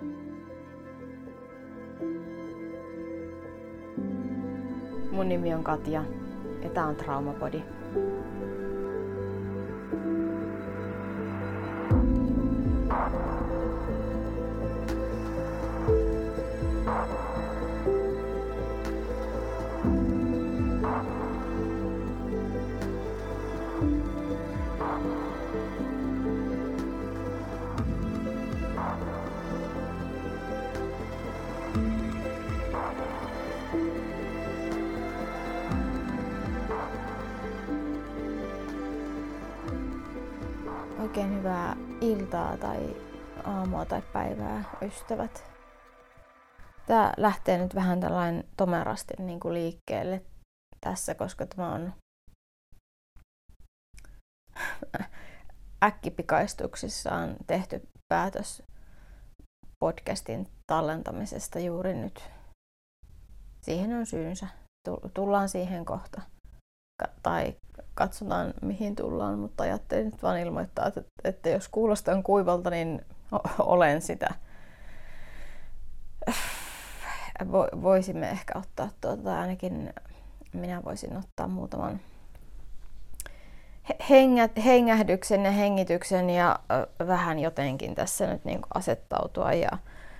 Mun nimi on Katja ja tää on Traumapodi. Oikein hyvää iltaa tai aamua tai päivää, ystävät. Tää lähtee nyt vähän tällainen tomerasti niin kuin liikkeelle tässä, koska tämä on äkkipikaistuksissaan tehty päätös podcastin tallentamisesta juuri nyt. Siihen on syynsä. Tullaan siihen kohta. Tai katsotaan mihin tullaan, mutta ajattelin nyt vaan ilmoittaa, että jos kuulostan kuivalta, niin olen sitä. Voisimme ehkä ottaa tai ainakin minä voisin ottaa muutaman hengähdyksen ja hengityksen ja vähän jotenkin tässä nyt niin kuin asettautua ja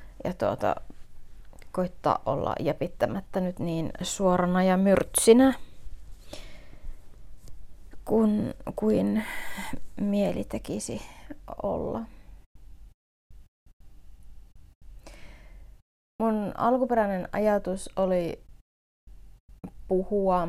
koittaa olla jäpittämättä nyt niin suorana ja myrtsinä kuin mieli tekisi olla. Mun alkuperäinen ajatus oli puhua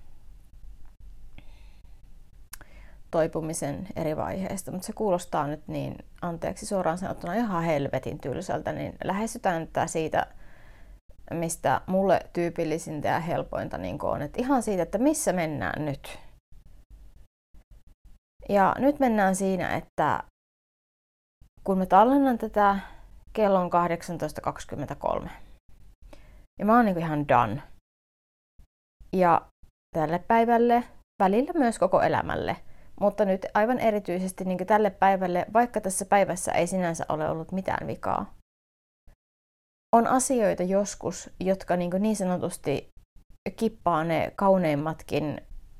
toipumisen eri vaiheista, mutta se kuulostaa nyt niin, anteeksi suoraan sanottuna, ihan helvetin tylsältä, niin lähestytään tätä siitä, mistä mulle tyypillisintä ja helpointa niin on, että ihan siitä, että missä mennään nyt. Ja nyt mennään siinä, että kun mä tallennan tätä, kello on 18.23. Ja mä oon niin ihan done. Ja tälle päivälle, välillä myös koko elämälle, mutta nyt aivan erityisesti niin tälle päivälle, vaikka tässä päivässä ei sinänsä ole ollut mitään vikaa. On asioita joskus, jotka niin sanotusti kippaa ne kauneimmatkin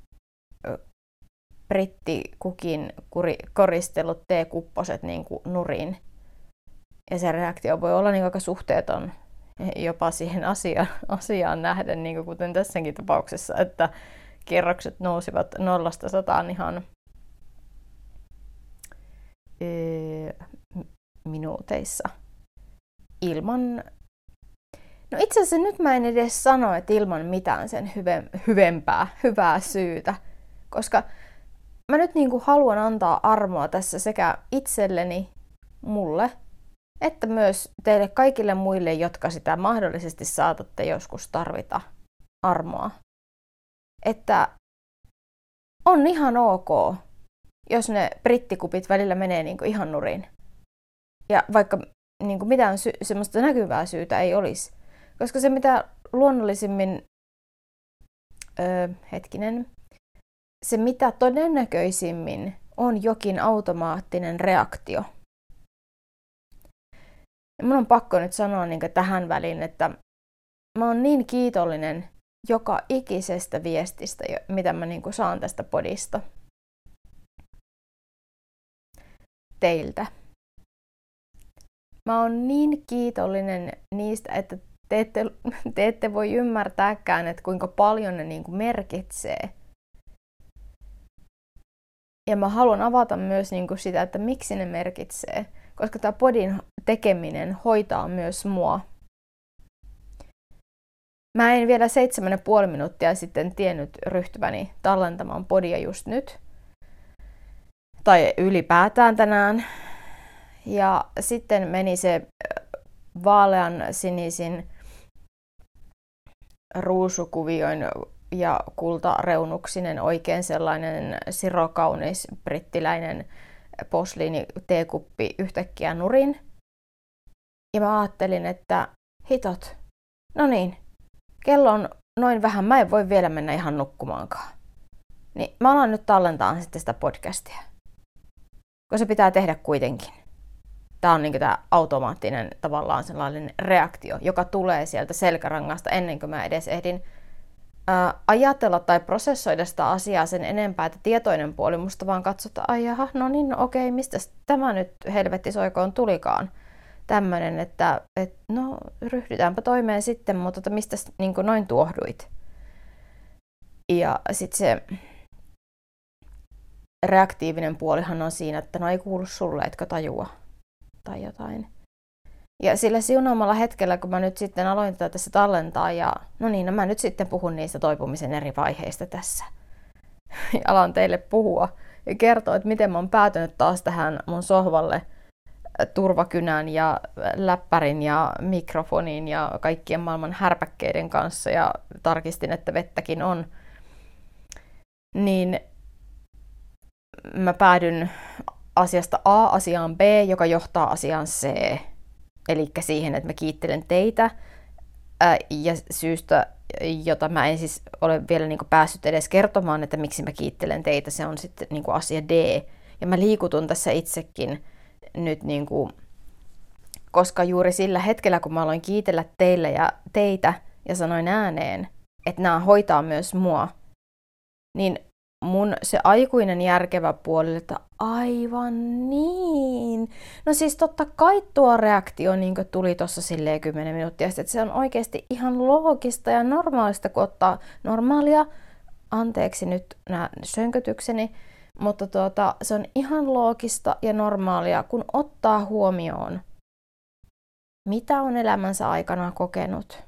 brittikukin koristelut teekupposet niin kuin nurin. Ja se reaktio voi olla niin aika suhteeton jopa siihen asiaan nähden, niin kuin kuten tässäkin tapauksessa, että kerrokset nousivat 0–100 ihan minuuteissa. Ilman, no itse asiassa nyt mä en edes sano, että ilman mitään sen hyvää syytä, koska mä nyt niin kuin haluan antaa armoa tässä sekä itselleni, mulle, että myös teille kaikille muille, jotka sitä mahdollisesti saatatte joskus tarvita armoa. Että on ihan ok, jos ne brittikupit välillä menee niin kuin ihan nurin. Ja vaikka niin kuin mitään semmoista näkyvää syytä ei olisi. Koska se mitä luonnollisimmin, se mitä todennäköisimmin on jokin automaattinen reaktio. Ja mun on pakko nyt sanoa niin tähän väliin, että mä oon niin kiitollinen joka ikisestä viestistä, mitä mä niin saan tästä podista. Teiltä. Mä oon niin kiitollinen niistä, että te ette voi ymmärtääkään, että kuinka paljon ne niin merkitsee. Ja mä haluan avata myös niin sitä, että miksi ne merkitsee. Koska tämä podin tekeminen hoitaa myös mua. Mä en vielä 7,5 minuuttia sitten tiennyt ryhtyväni tallentamaan podia just nyt. Tai ylipäätään tänään. Ja sitten meni se vaalean sinisin ruusukuvioin ja kultareunuksinen oikein sellainen sirokaunis brittiläinen posliini teekuppi yhtäkkiä nurin. Ja mä ajattelin, että hitot, no niin, kello on noin vähän, mä en voi vielä mennä ihan nukkumaankaan. Niin mä alan nyt tallentaa sitten sitä podcastia. Kun se pitää tehdä kuitenkin. Tämä on niin tämä automaattinen tavallaan sellainen reaktio, joka tulee sieltä selkärangasta ennen kuin mä edes ehdin ajatella tai prosessoida sitä asiaa sen enempää, että tietoinen puoli musta vaan katsota, ai jaha, no niin, no okei, mistä tämä nyt helvetti soikoon tulikaan. Tämmöinen, että no ryhdytäänpä toimeen sitten, mutta mistä niin noin tuohduit. Ja sitten se reaktiivinen puolihan on siinä, että no ei kuulu sulle, etkö tajua tai jotain. Ja sillä siunaamalla hetkellä, kun mä nyt sitten aloin tätä tässä tallentaa, ja no niin, no mä nyt sitten puhun niistä toipumisen eri vaiheista tässä. Ja alan teille puhua ja kertoa, että miten mä oon päätynyt taas tähän mun sohvalle turvakynän ja läppärin ja mikrofonin ja kaikkien maailman härpäkkeiden kanssa ja tarkistin, että vettäkin on. Niin mä päädyn asiasta A asiaan B, joka johtaa asiaan C. Eli siihen, että mä kiittelen teitä ja syystä, jota mä en siis ole vielä niin kuin päässyt edes kertomaan, että miksi mä kiittelen teitä, se on sitten niin kuin asia D. Ja mä liikutun tässä itsekin nyt, niin kuin, koska juuri sillä hetkellä, kun mä aloin kiitellä teille ja teitä ja sanoin ääneen, että nämä hoitaa myös mua, niin mun se aikuinen järkevä puoli, että aivan niin. No siis totta kai tuo reaktio niin tuli tuossa silleen 10 minuuttia sitten, että se on oikeasti ihan loogista ja normaalista, kun ottaa normaalia, anteeksi nyt nämä sönkötykseni, mutta se on ihan loogista ja normaalia, kun ottaa huomioon, mitä on elämänsä aikana kokenut.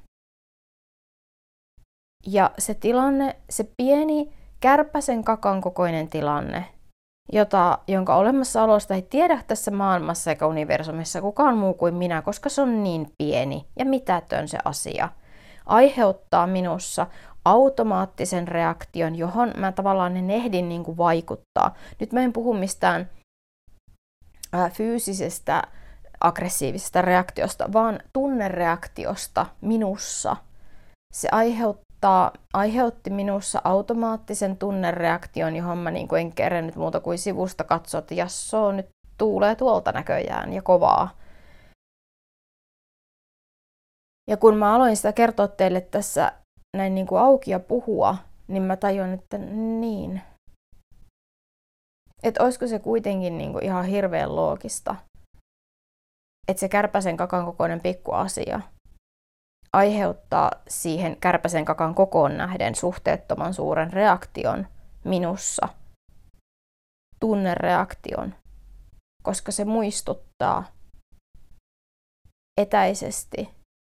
Ja se tilanne, se pieni kärpäsen kakan kokoinen tilanne, jonka olemassaolosta ei tiedä tässä maailmassa eikä universumissa kukaan muu kuin minä, koska se on niin pieni ja mitätön se asia, aiheuttaa minussa automaattisen reaktion, johon mä tavallaan en ehdin niin kuin vaikuttaa. Nyt mä en puhu mistään fyysisestä aggressiivisesta reaktiosta, vaan tunnereaktiosta minussa. Se aiheutti minussa automaattisen tunnereaktion, johon mä niin kuin en kerennyt muuta kuin sivusta katsoa, että jassoo, nyt tuulee tuolta näköjään ja kovaa. Ja kun mä aloin sitä kertoa teille tässä näin niin kuin auki ja puhua, niin mä tajuin, että niin. Että olisiko se kuitenkin niin kuin ihan hirveän loogista. Että se kärpäsen kakan kokoinen pikku asia aiheuttaa siihen kärpäsen kakan kokoon nähden suhteettoman suuren reaktion minussa, tunnereaktion, koska se muistuttaa etäisesti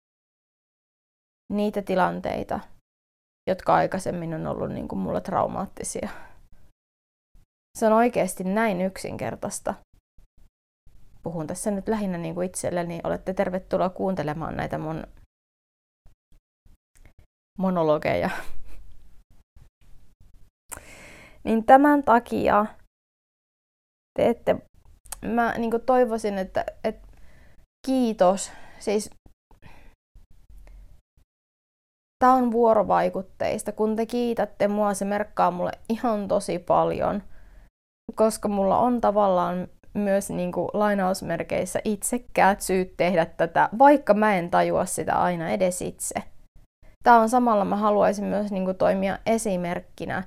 niitä tilanteita, jotka aikaisemmin on ollut niin kuin mulle traumaattisia. Se on oikeasti näin yksinkertaista. Puhun tässä nyt lähinnä niin kuin itselleni, olette tervetuloa kuuntelemaan näitä mun monologeja. Niin tämän takia mä niin kuin toivoisin, että kiitos. Siis tää on vuorovaikutteista. Kun te kiitätte mua, se merkkaa mulle ihan tosi paljon. Koska mulla on tavallaan myös niin kuin lainausmerkeissä itsekkäät syyt tehdä tätä, vaikka mä en tajua sitä aina edes itse. Tää on samalla, mä haluaisin myös niin kuin toimia esimerkkinä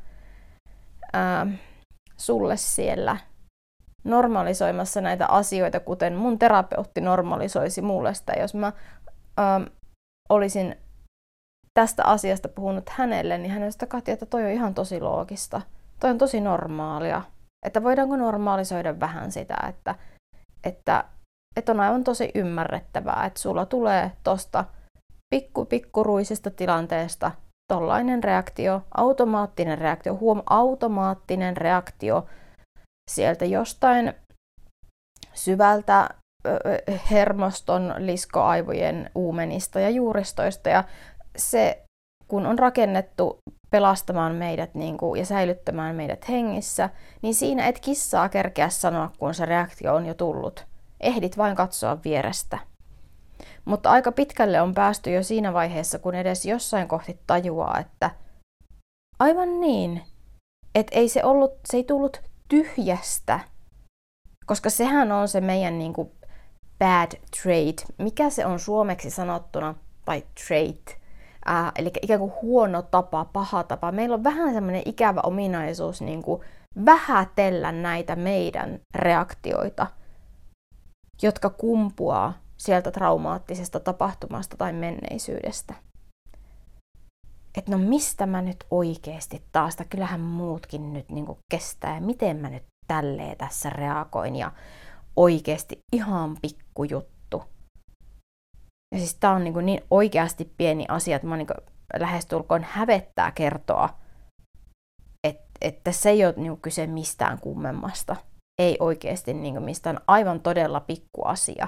sulle siellä normalisoimassa näitä asioita, kuten mun terapeutti normalisoisi mulle sitä. Jos mä olisin tästä asiasta puhunut hänelle, niin hän olisi sitä, Katja, että toi on ihan tosi loogista. Toi on tosi normaalia. Että voidaanko normaalisoida vähän sitä, että on aivan tosi ymmärrettävää, että sulla tulee tosta pikkuruisesta tilanteesta tollainen reaktio, automaattinen reaktio sieltä jostain syvältä hermoston, liskoaivojen uumenista ja juuristoista. Ja se, kun on rakennettu pelastamaan meidät niin kuin, ja säilyttämään meidät hengissä, niin siinä et kissaa kerkeä sanoa, kun se reaktio on jo tullut. Ehdit vain katsoa vierestä. Mutta aika pitkälle on päästy jo siinä vaiheessa, kun edes jossain kohti tajuaa, että aivan niin, että se ei tullut tyhjästä, koska sehän on se meidän niin kuin bad trait. Mikä se on suomeksi sanottuna? Tai trait. Eli ikään kuin huono tapa, paha tapa. Meillä on vähän semmoinen ikävä ominaisuus niin kuin vähätellä näitä meidän reaktioita, jotka kumpuaa sieltä traumaattisesta tapahtumasta tai menneisyydestä. Että no mistä mä nyt oikeasti taas, kyllähän muutkin nyt niin kuin kestää, ja miten mä nyt tälleen tässä reagoin, oikeasti ihan pikkujuttu. Ja siis tää on niin oikeasti pieni asia, että mä niin lähestulkoon hävettää kertoa, että se ei ole niin kyse mistään kummemmasta. Ei oikeasti niin mistään aivan todella pikkuasia.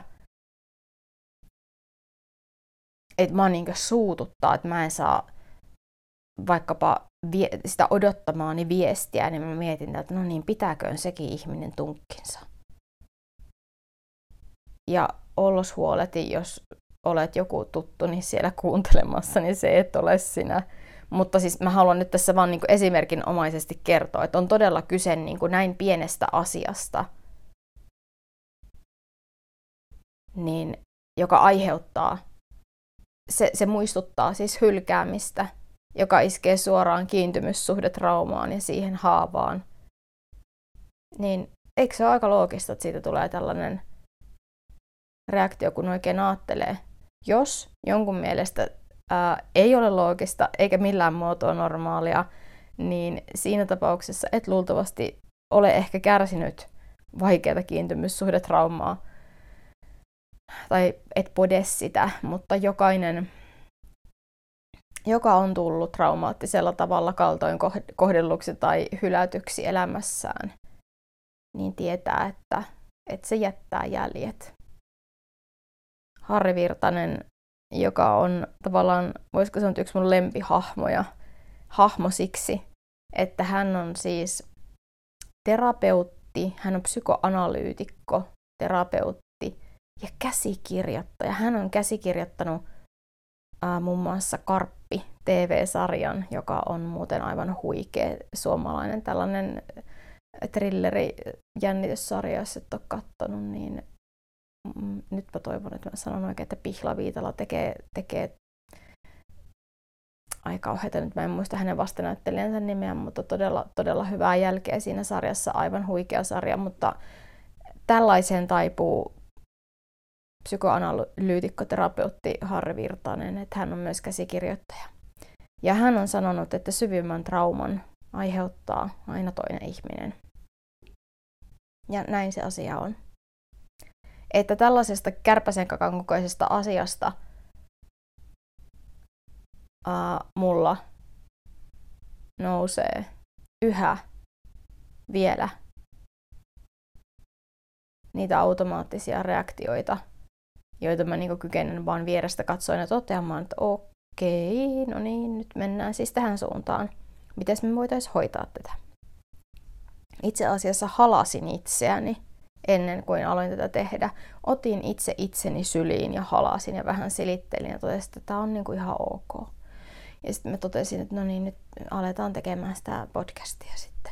Että mä niin suututtaa, että mä en saa vaikkapa sitä odottamaani viestiä, niin mä mietin, että no niin, pitääköön sekin ihminen tunkkinsa. Ja ollos huoleti, jos olet joku tuttu niin siellä kuuntelemassa, niin se et ole sinä. Mutta siis mä haluan nyt tässä vaan niin kuin esimerkinomaisesti kertoa, että on todella kyse niin kuin näin pienestä asiasta, niin, joka aiheuttaa, se muistuttaa siis hylkäämistä, joka iskee suoraan kiintymyssuhdetraumaan ja siihen haavaan. Niin eikö se ole aika loogista, että siitä tulee tällainen reaktio, kun oikein ajattelee. Jos jonkun mielestä ei ole loogista eikä millään muotoa normaalia, niin siinä tapauksessa et luultavasti ole ehkä kärsinyt vaikeata kiintymyssuhdetraumaa tai et pode sitä, mutta jokainen, joka on tullut traumaattisella tavalla kaltoin kohdelluksi tai hylätyksi elämässään, niin tietää, että se jättää jäljet. Harri Virtanen, joka on tavallaan, voisiko sanoa, yksi mun hahmo siksi, että hän on siis terapeutti, hän on psykoanalyytikko, terapeutti ja käsikirjoittaja. Hän on käsikirjoittanut muun muassa Karppi TV-sarjan, joka on muuten aivan huikea suomalainen tällainen thrilleri-jännityssarja, jos et ole kattonut, niin nytpä toivon, että mä sanon oikein, että Pihla Viitala tekee ai kauheeta, nyt mä en muista hänen vastanäyttelijänsä nimeä, mutta todella, todella hyvää jälkeä siinä sarjassa, aivan huikea sarja, mutta tällaiseen taipuu psykoanalyytikkoterapeutti Harri Virtanen, että hän on myös käsikirjoittaja. Ja hän on sanonut, että syvimmän trauman aiheuttaa aina toinen ihminen. Ja näin se asia on. Että tällaisesta kärpäsen kakan kokoisesta asiasta mulla nousee yhä vielä niitä automaattisia reaktioita, joita mä niinku kykenen vaan vierestä katsoen ja toteamaan, että okei, no niin, nyt mennään siis tähän suuntaan. Mites me voitaisiin hoitaa tätä? Itse asiassa halasin itseäni ennen kuin aloin tätä tehdä. Otin itse itseni syliin ja halasin ja vähän silittelin ja totesin, että tämä on niinku ihan ok. Ja sitten mä totesin, että no niin, nyt aletaan tekemään sitä podcastia sitten.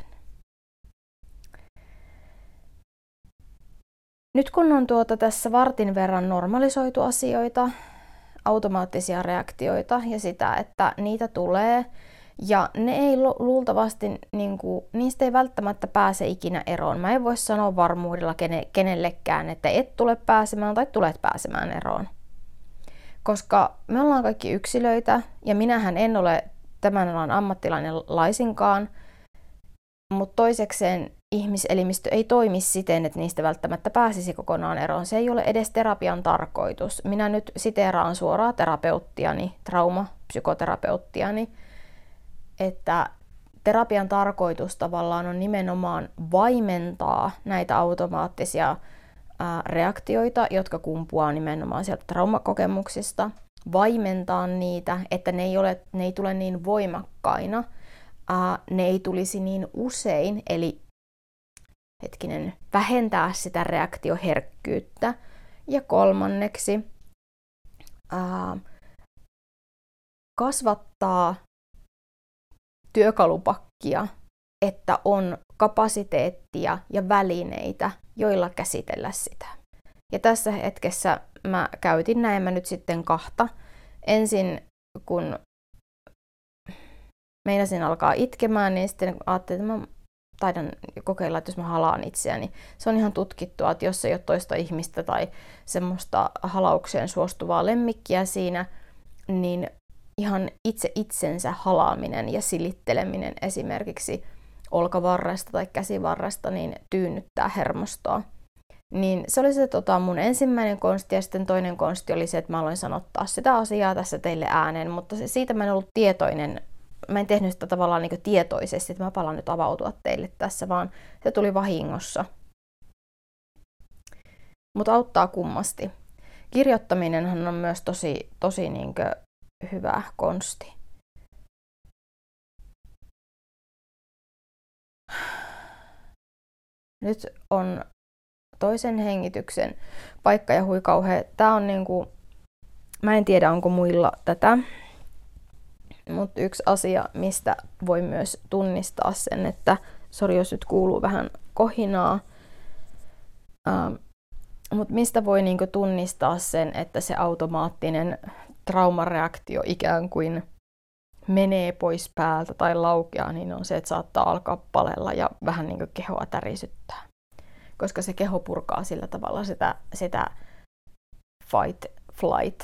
Nyt kun on tässä vartin verran normalisoitu asioita, automaattisia reaktioita ja sitä, että niitä tulee, ja ne ei luultavasti, niistä ei välttämättä pääse ikinä eroon. Mä en voi sanoa varmuudella kenellekään, että et tule pääsemään tai tulet pääsemään eroon. Koska me ollaan kaikki yksilöitä, ja minähän en ole tämän alan ammattilainen laisinkaan, mutta toisekseen ihmiselimistö ei toimi siten, että niistä välttämättä pääsisi kokonaan eroon. Se ei ole edes terapian tarkoitus. Minä nyt siteeraan suoraan terapeuttiani, traumapsykoterapeuttiani, että terapian tarkoitus tavallaan on nimenomaan vaimentaa näitä automaattisia reaktioita, jotka kumpuaa nimenomaan sieltä traumakokemuksista, vaimentaa niitä, että ne ei tule niin voimakkaina, ne ei tulisi niin usein, eli vähentää sitä reaktioherkkyyttä. Ja kolmanneksi kasvattaa työkalupakkia, että on kapasiteettia ja välineitä, joilla käsitellä sitä. Ja tässä hetkessä mä käytin näemmä nyt sitten kahta. Ensin kun meinasin alkaa itkemään, niin sitten ajattelin, että mä taidan kokeilla, että jos mä halaan itseäni. Se on ihan tutkittua, että jos ei ole toista ihmistä tai semmoista halaukseen suostuvaa lemmikkiä siinä, niin ihan itse itsensä halaaminen ja silitteleminen esimerkiksi olkavarresta tai käsivarresta niin tyynnyttää hermostoa. Niin se oli se mun ensimmäinen konsti, ja sitten toinen konsti oli se, että mä aloin sanottaa sitä asiaa tässä teille ääneen, mutta siitä mä en ollut tietoinen. Mä en tehnyt sitä tavallaan niin tietoisesti, että mä palaan nyt avautua teille tässä, vaan se tuli vahingossa. Mutta auttaa kummasti. Kirjoittaminenhan on myös tosi niin hyvä konsti. Nyt on toisen hengityksen paikka ja hui kauhea. Tää on niinku, mä en tiedä onko muilla tätä, mutta yksi asia, mistä voi myös tunnistaa sen, että sori jos nyt kuuluu vähän kohinaa, mutta mistä voi niinku tunnistaa sen, että se automaattinen traumareaktio ikään kuin menee pois päältä tai laukeaa, niin on se, että saattaa alkaa palella ja vähän niinku kehoa tärisyttää. Koska se keho purkaa sillä tavalla sitä fight, flight,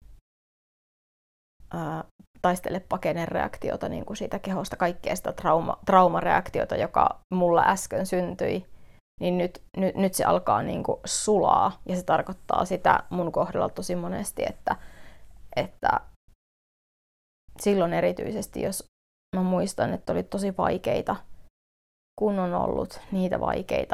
taistele pakene reaktiota niin kuin siitä kehosta, kaikkea sitä traumareaktiota, joka mulla äsken syntyi, niin nyt se alkaa niin kuin sulaa, ja se tarkoittaa sitä mun kohdalla tosi monesti, että silloin erityisesti, jos mä muistan, että oli tosi vaikeita, kun on ollut niitä vaikeita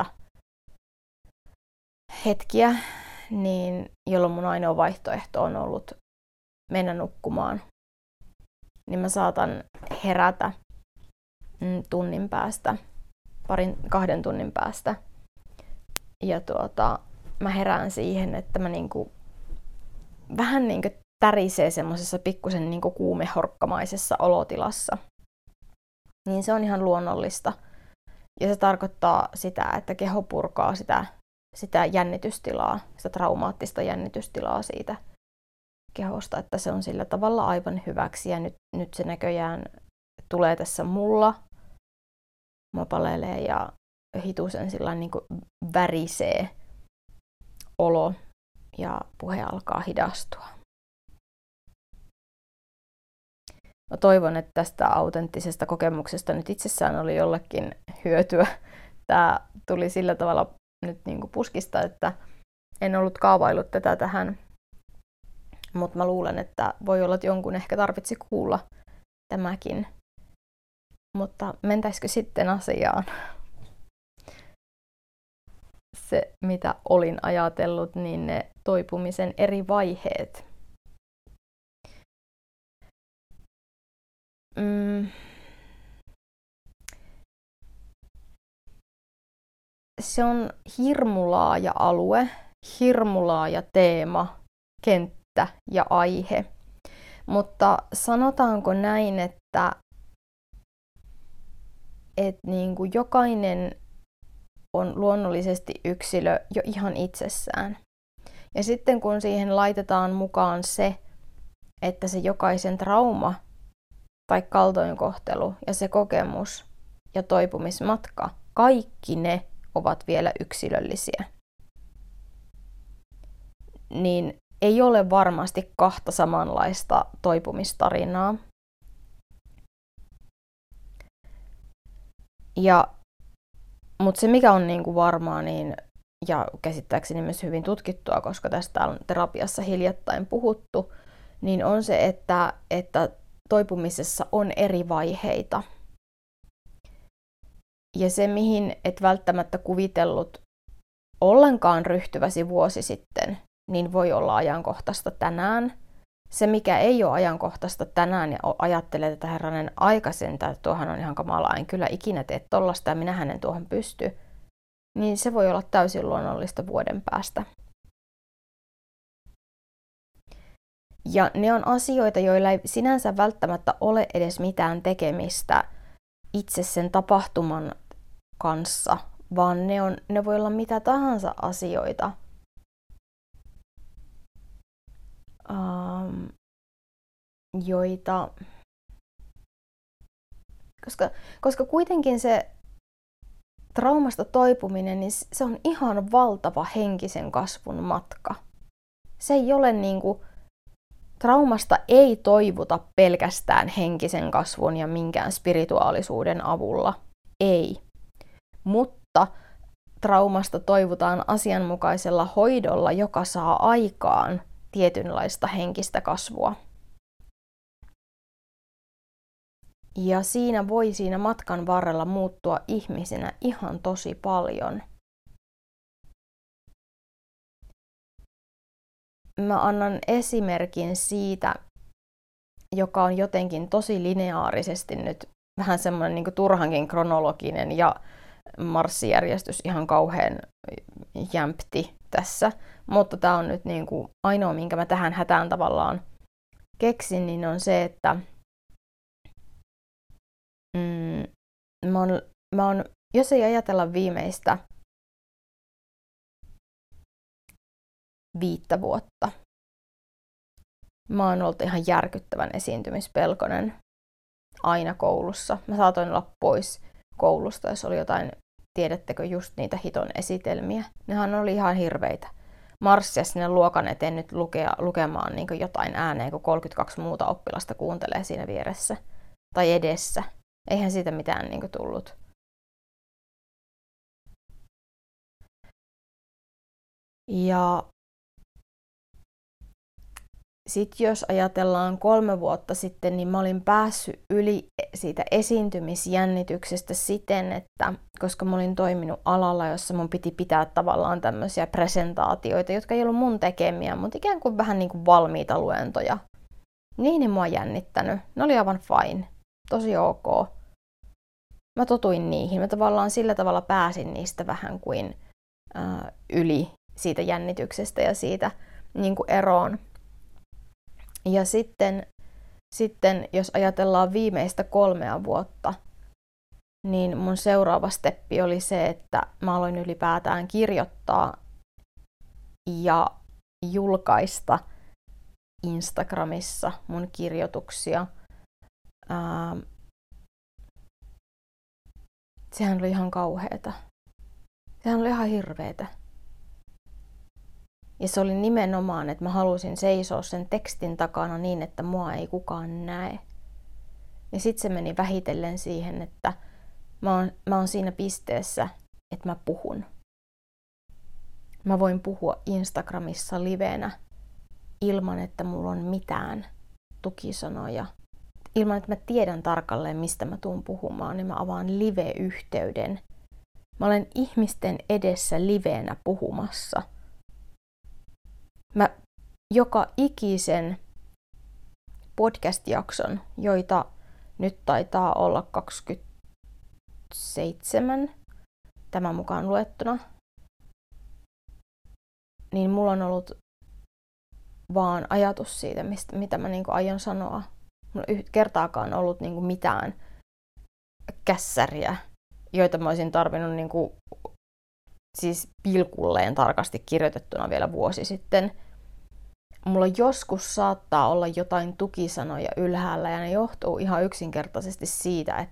hetkiä, niin jolloin mun ainoa vaihtoehto on ollut mennä nukkumaan, niin mä saatan herätä tunnin päästä, 2 tunnin päästä. Ja mä herään siihen, että mä niinku, vähän niinku tärisee semmosessa pikkusen niinku kuumehorkkamaisessa olotilassa. Niin se on ihan luonnollista. Ja se tarkoittaa sitä, että keho purkaa sitä jännitystilaa, sitä traumaattista jännitystilaa siitä kehosta, että se on sillä tavalla aivan hyväksi. Ja nyt se näköjään tulee tässä mulla palelee ja hitusen sillä niin kuin värisee olo ja puhe alkaa hidastua. Mä toivon, että tästä autenttisesta kokemuksesta nyt itsessään oli jollekin hyötyä. Tää tuli sillä tavalla nyt niin kuin puskista, että en ollut kaavaillut tätä tähän, mutta mä luulen, että voi olla, että jonkun ehkä tarvitsi kuulla tämäkin. Mutta mentäisikö sitten asiaan? Se, mitä olin ajatellut, niin ne toipumisen eri vaiheet. Se on hirmu laaja alue, hirmu laaja teema, kenttä ja aihe. Mutta sanotaanko näin, että niin kuin jokainen on luonnollisesti yksilö jo ihan itsessään. Ja sitten kun siihen laitetaan mukaan se, että se jokaisen trauma tai kaltoinkohtelu ja se kokemus ja toipumismatka, kaikki ne ovat vielä yksilöllisiä, niin ei ole varmasti 2 samanlaista toipumistarinaa. Mutta se, mikä on niinku varmaa, niin, ja käsittääkseni myös hyvin tutkittua, koska tästä on terapiassa hiljattain puhuttu, niin on se, että toipumisessa on eri vaiheita. Ja se, mihin et välttämättä kuvitellut ollenkaan ryhtyväsi vuosi sitten, niin voi olla ajankohtaista tänään. Se, mikä ei ole ajankohtaista tänään ja ajattelee, että herranen aikaisinta, että tuohan on ihan kamalaa, en kyllä ikinä tee tollasta ja minähän en tuohon pysty, niin se voi olla täysin luonnollista vuoden päästä. Ja ne on asioita, joilla ei sinänsä välttämättä ole edes mitään tekemistä itse sen tapahtuman kanssa, vaan ne voi olla mitä tahansa asioita, joita... Koska kuitenkin se traumasta toipuminen, niin se on ihan valtava henkisen kasvun matka. Se ei ole niinku... Traumasta ei toivuta pelkästään henkisen kasvun ja minkään spirituaalisuuden avulla. Ei. Mutta traumasta toivutaan asianmukaisella hoidolla, joka saa aikaan tietynlaista henkistä kasvua. Ja siinä matkan varrella muuttua ihmisenä ihan tosi paljon. Mä annan esimerkin siitä, joka on jotenkin tosi lineaarisesti nyt vähän semmoinen niin kuin turhankin kronologinen ja marssijärjestys ihan kauhean jämpti tässä. Mutta tää on nyt niin kuin ainoa, minkä mä tähän hätään tavallaan keksin, niin on se, että mä oon, jos ei ajatella viimeistä 5 vuotta, mä oon ollut ihan järkyttävän esiintymispelkonen aina koulussa. Mä saatoin olla pois koulusta, jos oli jotain, tiedättekö, just niitä hiton esitelmiä. Nehän oli ihan hirveitä. Marssia sinne luokan eteen nyt lukemaan niin jotain ääneen, kun 32 muuta oppilasta kuuntelee siinä vieressä tai edessä. Eihän siitä mitään niin tullut. Ja sitten jos ajatellaan 3 vuotta sitten, niin mä olin päässyt yli siitä esiintymisjännityksestä siten, että koska mä olin toiminut alalla, jossa mun piti pitää tavallaan tämmöisiä presentaatioita, jotka ei ollut mun tekemiä, mutta ikään kuin vähän niin kuin valmiita luentoja, niin ei mua jännittänyt. Ne oli aivan fine. Tosi ok. Mä totuin niihin. Mä tavallaan sillä tavalla pääsin niistä vähän kuin yli siitä jännityksestä ja siitä niin kuin eroon. Ja sitten, jos ajatellaan viimeistä 3 vuotta, niin mun seuraava steppi oli se, että mä aloin ylipäätään kirjoittaa ja julkaista Instagramissa mun kirjoituksia. Sehän oli ihan kauheeta. Sehän oli ihan hirveetä. Ja se oli nimenomaan, että mä halusin seisoa sen tekstin takana niin, että mua ei näe. Ja sitten se meni vähitellen siihen, että mä oon siinä pisteessä, että mä puhun. Mä voin puhua Instagramissa livenä ilman, että mulla on mitään tukisanoja. Ilman, että mä tiedän tarkalleen, mistä mä tuun puhumaan, niin mä avaan live-yhteyden. Mä olen ihmisten edessä liveenä puhumassa. Mä joka ikisen podcast-jakson, joita nyt taitaa olla 27 tämän mukaan luettuna, niin mulla on ollut vaan ajatus siitä, mitä mä niinku aion sanoa. Mulla ei kertaakaan ollut niinku mitään kässäriä, joita mä olisin tarvinnut niinku, siis pilkulleen tarkasti kirjoitettuna vielä vuosi sitten. Mulla joskus saattaa olla jotain tukisanoja ylhäällä ja ne johtuu ihan yksinkertaisesti siitä,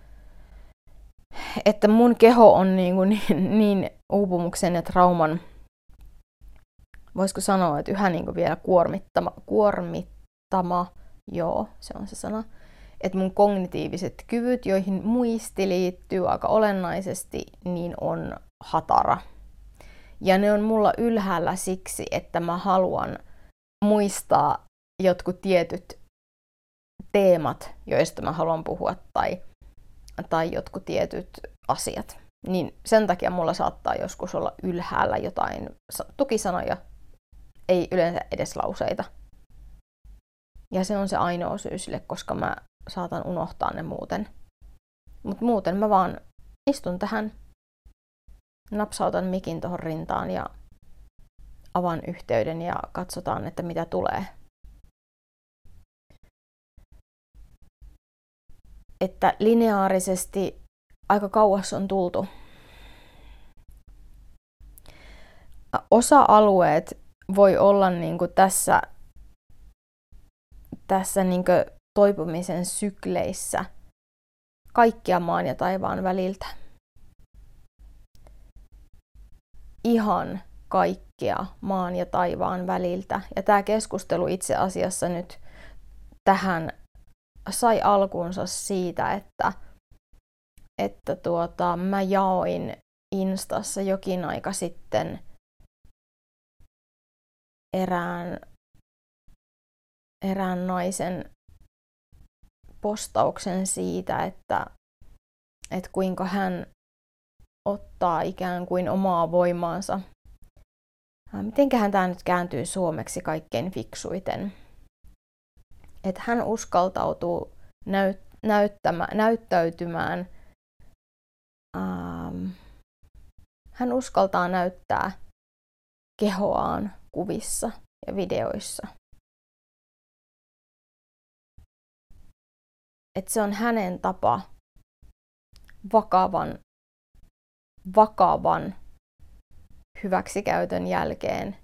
että mun keho on niin uupumuksen ja trauman, voisiko sanoa, että yhä vielä kuormittama, joo, se on se sana, että mun kognitiiviset kyvyt, joihin muisti liittyy aika olennaisesti, niin on hatara. Ja ne on mulla ylhäällä siksi, että mä haluan muistaa jotkut tietyt teemat, joista mä haluan puhua, tai jotkut tietyt asiat. Niin sen takia mulla saattaa joskus olla ylhäällä jotain tukisanoja, ei yleensä edes lauseita. Ja se on se ainoa syy sille, koska mä saatan unohtaa ne muuten. Mutta muuten mä vaan istun tähän, napsautan mikin tohon rintaan ja avaan yhteyden ja katsotaan, että mitä tulee. Että lineaarisesti aika kauas on tultu. Osa-alueet voi olla niin kuin tässä tässä niin kuin toipumisen sykleissä kaikkia maan ja taivaan väliltä. Ihan kaikkea maan ja taivaan väliltä. Ja tämä keskustelu itse asiassa nyt tähän sai alkunsa siitä, että mä jaoin Instassa jokin aika sitten erään naisen postauksen siitä, että kuinka hän ottaa ikään kuin omaa voimaansa. Mitenköhän tämä nyt kääntyy suomeksi kaikkein fiksuiten? Että hän uskaltautuu näyttäytymään. Hän uskaltaa näyttää kehoaan kuvissa ja videoissa. Että se on hänen tapa vakavan hyväksikäytön jälkeen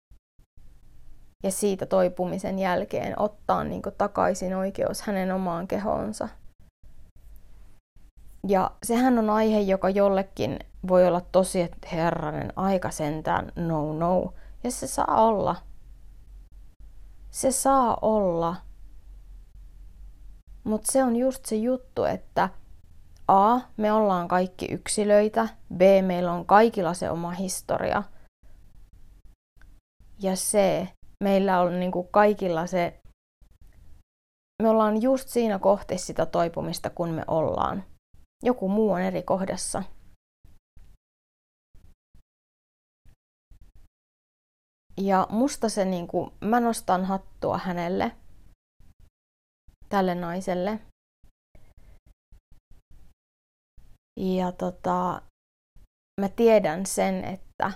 ja siitä toipumisen jälkeen ottaa niin kuin takaisin oikeus hänen omaan kehoonsa. Ja sehän on aihe, joka jollekin voi olla tosi, että herranen aika sentään, no. Ja se saa olla. Se saa olla. Mutta se on just se juttu, että A, me ollaan kaikki yksilöitä, B, meillä on kaikilla se oma historia. Ja C, meillä on niinku kaikilla se, me ollaan just siinä kohti sitä toipumista, kun me ollaan. Joku muu on eri kohdassa. Ja musta se niinku, mä nostan hattua hänelle, tälle naiselle. Ja mä tiedän sen, että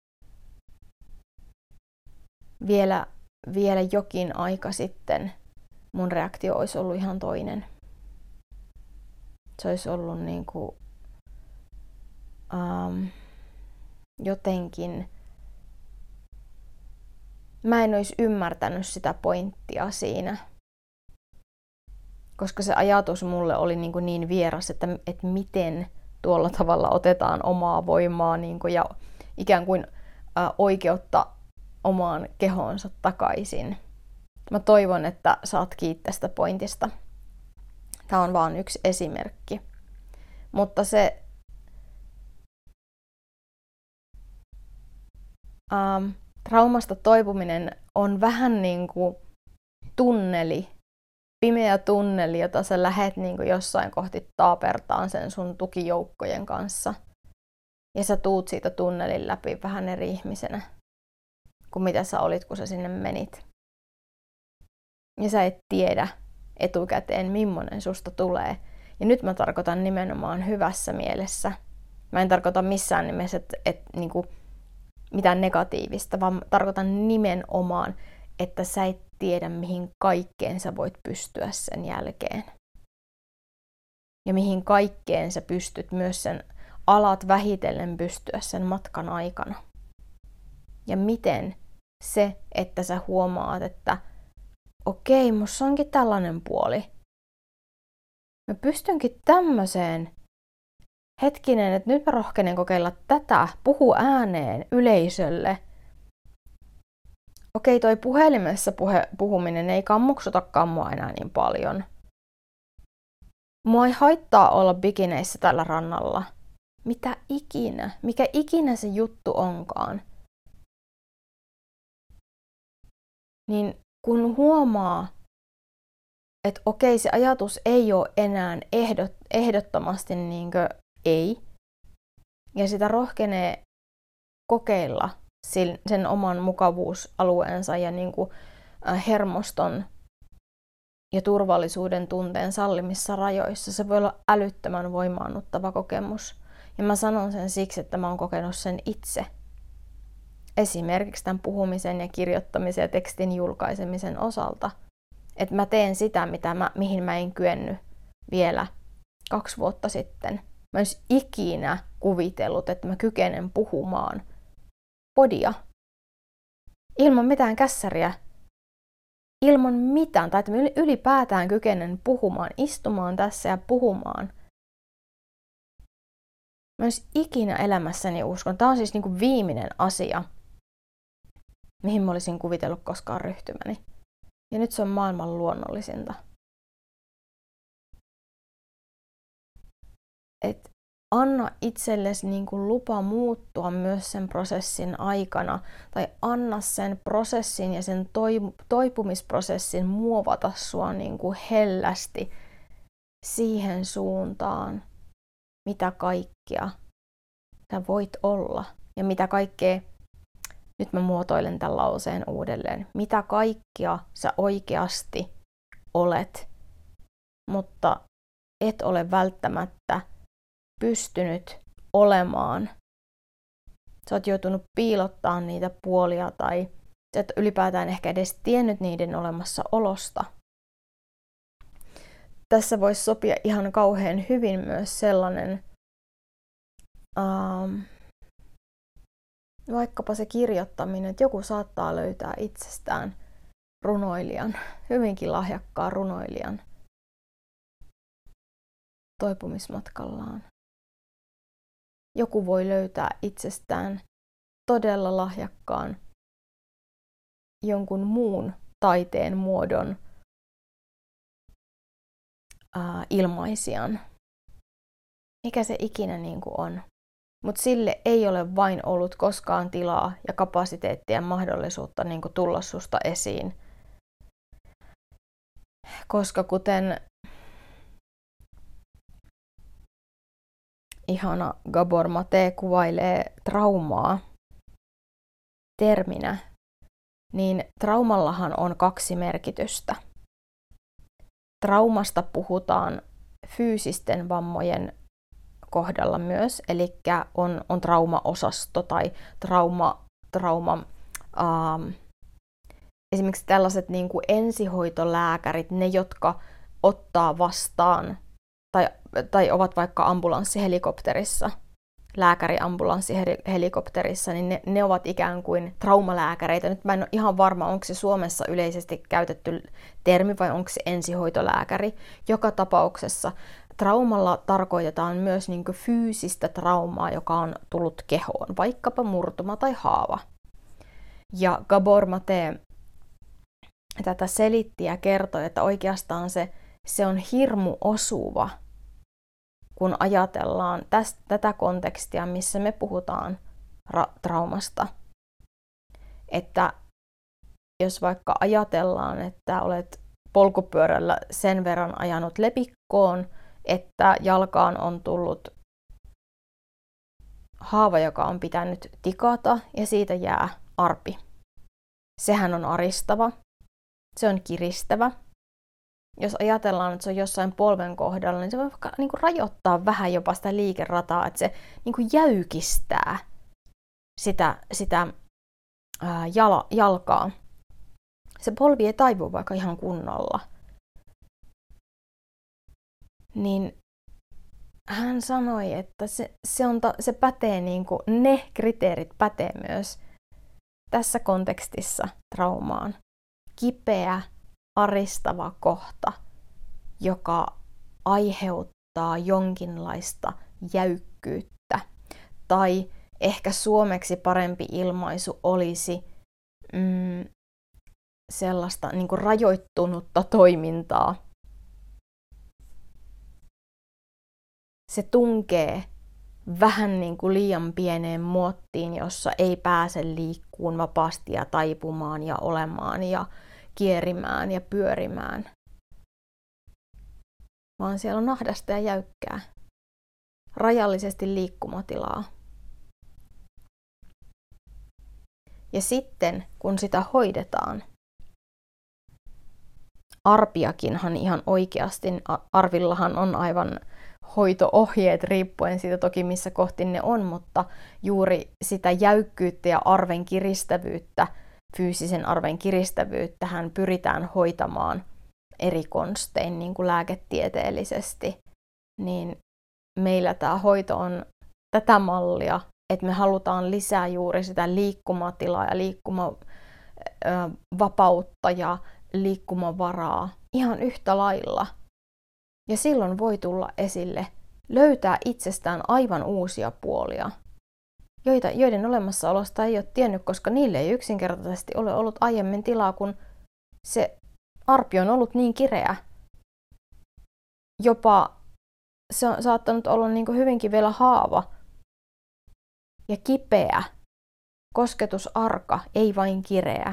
vielä jokin aika sitten mun reaktio olisi ollut ihan toinen. Se olisi ollut niinku, jotenkin, mä en olisi ymmärtänyt sitä pointtia siinä. Koska se ajatus mulle oli niin vieras, että miten tuolla tavalla otetaan omaa voimaa ja ikään kuin oikeutta omaan kehoonsa takaisin. Mä toivon, että saat kiinni tästä pointista. Tämä on vaan yksi esimerkki. Mutta se traumasta toipuminen on vähän niin kuin tunneli, pimeä tunneli, jota sä lähet niin kuin jossain kohti taapertaan sen sun tukijoukkojen kanssa. Ja sä tuut siitä tunnelin läpi vähän eri ihmisenä kuin mitä sä olit, kun sä sinne menit. Ja sä et tiedä etukäteen, millainen susta tulee. Ja nyt mä tarkoitan nimenomaan hyvässä mielessä. Mä en tarkoita missään nimessä, että niinku mitään negatiivista, vaan tarkoitan nimenomaan, että sä et tiedä, mihin kaikkeen sä voit pystyä sen jälkeen. Ja mihin kaikkeen sä pystyt myös sen alat vähitellen pystyä sen matkan aikana. Ja miten se, että sä huomaat, että okei, musta onkin tällainen puoli. Mä pystynkin tämmöiseen. Hetkinen, että nyt mä rohkenen kokeilla tätä, puhu ääneen yleisölle. Okei, toi puhelimessa puhuminen ei kammuksutakaan mua enää niin paljon. Mua ei haittaa olla bikineissä tällä rannalla. Mitä ikinä, mikä ikinä se juttu onkaan. Niin kun huomaa, että okei, se ajatus ei ole enää ehdottomasti niinkö ei, ja sitä rohkenee kokeilla sen oman mukavuusalueensa ja niinku hermoston ja turvallisuuden tunteen sallimissa rajoissa. Se voi olla älyttömän voimaannuttava kokemus. Ja mä sanon sen siksi, että mä oon kokenut sen itse. Esimerkiksi tämän puhumisen ja kirjoittamisen ja tekstin julkaisemisen osalta. Että mä teen sitä, mihin mä en kyennyt vielä 2 vuotta sitten. Mä en olisi ikinä kuvitellut, että mä kykenen puhumaan podia ilman mitään kässäriä, ilman mitään, tai että mä ylipäätään kykenen puhumaan, istumaan tässä ja puhumaan. Mä en ikinä elämässäni uskon. Tämä on siis niin kuin viimeinen asia, mihin mä olisin kuvitellut koskaan ryhtymäni. Ja nyt se on maailman luonnollisinta. Et anna itsellesi niin kuin lupa muuttua myös sen prosessin aikana, tai anna sen prosessin ja sen toipumisprosessin muovata sua niin kuin hellästi siihen suuntaan, mitä kaikkea sä voit olla ja mitä kaikkea, nyt mä muotoilen tämän lauseen uudelleen, mitä kaikkea sä oikeasti olet, mutta et ole välttämättä pystynyt olemaan. Sä oot joutunut piilottaa niitä puolia tai sä et ylipäätään ehkä edes tiennyt niiden olemassaolosta. Tässä voisi sopia ihan kauhean hyvin myös sellainen, vaikkapa se kirjoittaminen, että joku saattaa löytää itsestään runoilijan, hyvinkin lahjakkaan runoilijan toipumismatkallaan. Joku voi löytää itsestään todella lahjakkaan jonkun muun taiteen muodon ilmaisijan. Mikä se ikinä niin kuin on. Mutta sille ei ole vain ollut koskaan tilaa ja kapasiteettia ja mahdollisuutta niin kuin tulla susta esiin. Koska kuten ihana Gabor Mate kuvailee traumaa terminä, niin traumallahan on 2 merkitystä. Traumasta puhutaan fyysisten vammojen kohdalla myös, eli on traumaosasto tai esimerkiksi tällaiset niin kuin ensihoitolääkärit, ne jotka ottaa vastaan tai ovat vaikka ambulanssihelikopterissa, lääkäriambulanssihelikopterissa, niin ne ovat ikään kuin traumalääkäreitä. Nyt mä en ole ihan varma, onko se Suomessa yleisesti käytetty termi vai onko se ensihoitolääkäri. Joka tapauksessa traumalla tarkoitetaan myös niin kuin fyysistä traumaa, joka on tullut kehoon, vaikkapa murtuma tai haava. Ja Gabor Mate tätä selitti ja kertoi, että oikeastaan se on hirmu osuva, kun ajatellaan tätä kontekstia, missä me puhutaan traumasta. Että jos vaikka ajatellaan, että olet polkupyörällä sen verran ajanut lepikkoon, että jalkaan on tullut haava, joka on pitänyt tikata ja siitä jää arpi. Sehän on aristava, se on kiristävä. Jos ajatellaan, että se on jossain polven kohdalla, niin se voi vaikka niin kuin rajoittaa vähän jopa sitä liikerataa, että se niin kuin jäykistää sitä jalkaa. Se polvi ei taivu vaikka ihan kunnolla. Niin hän sanoi, että se pätee niin kuin, ne kriteerit pätee myös tässä kontekstissa traumaan. Kipeä, aristava kohta, joka aiheuttaa jonkinlaista jäykkyyttä. Tai ehkä suomeksi parempi ilmaisu olisi sellaista niin kuin rajoittunutta toimintaa. Se tunkee vähän niin kuin liian pieneen muottiin, jossa ei pääse liikkuun vapaasti ja taipumaan ja olemaan ja kierimään ja pyörimään. Vaan siellä on ahdasta ja jäykkää. Rajallisesti liikkumatilaa. Ja sitten, kun sitä hoidetaan, arpiakinhan ihan oikeasti, arvillahan on aivan hoito-ohjeet riippuen siitä toki missä kohti ne on, mutta juuri sitä jäykkyyttä ja arven kiristävyyttä, fyysisen arven kiristävyyttä hän pyritään hoitamaan eri konstein niin kuin lääketieteellisesti, niin meillä tämä hoito on tätä mallia, että me halutaan lisää juuri sitä liikkumatilaa ja liikkumavapautta ja liikkumavaraa ihan yhtä lailla. Ja silloin voi tulla esille, löytää itsestään aivan uusia puolia, joiden olemassaolosta ei ole tiennyt, koska niille ei yksinkertaisesti ole ollut aiemmin tilaa, kun se arpi on ollut niin kireä. Jopa se on saattanut olla niin kuin hyvinkin vielä haava ja kipeä, kosketusarka, ei vain kireä.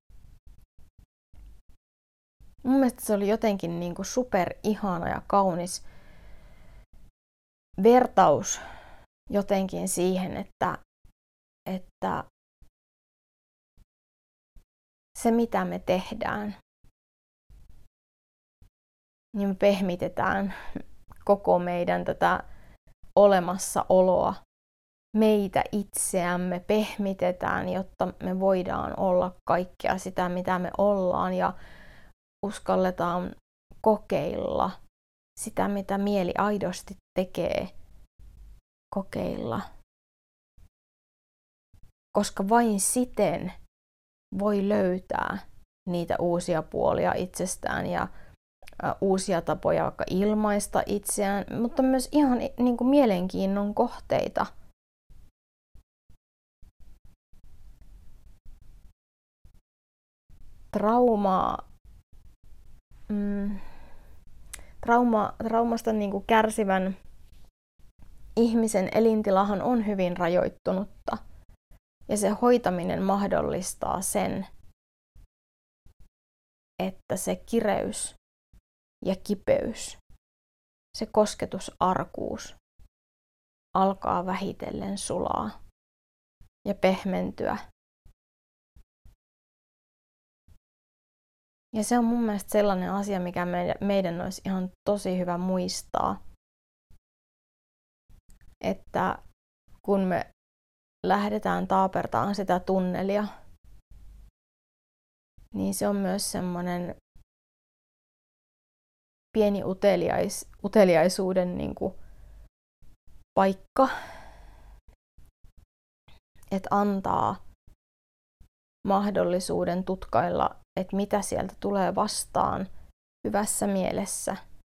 Mun mielestä se oli jotenkin niin kuin super ihana ja kaunis vertaus jotenkin siihen, että se mitä me tehdään, niin me pehmitetään koko meidän tätä olemassaoloa, meitä itseämme pehmitetään, jotta me voidaan olla kaikkea sitä, mitä me ollaan ja uskalletaan kokeilla sitä, mitä mieli aidosti tekee, kokeilla. Koska vain siten voi löytää niitä uusia puolia itsestään ja uusia tapoja vaikka ilmaista itseään, mutta myös ihan niin kuin mielenkiinnon kohteita. Traumasta niin kuin kärsivän ihmisen elintilahan on hyvin rajoittunutta ja se hoitaminen mahdollistaa sen, että se kireys ja kipeys, se kosketusarkuus alkaa vähitellen sulaa ja pehmentyä. Ja se on mun mielestä sellainen asia, mikä meidän olisi ihan tosi hyvä muistaa, että kun me lähdetään taapertaan sitä tunnelia, niin se on myös semmoinen pieni uteliaisuuden niin kuin paikka, että antaa mahdollisuuden tutkailla, että mitä sieltä tulee vastaan hyvässä mielessä,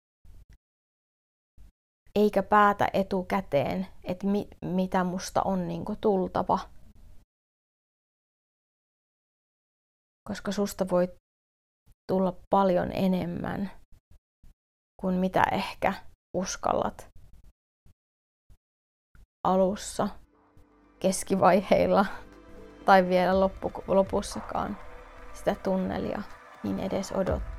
eikä päätä etukäteen, että mitä musta on niin kuin tultava. Koska susta voi tulla paljon enemmän kuin mitä ehkä uskallat alussa, keskivaiheilla tai vielä lopussakaan sitä tunnelia niin edes odottaa.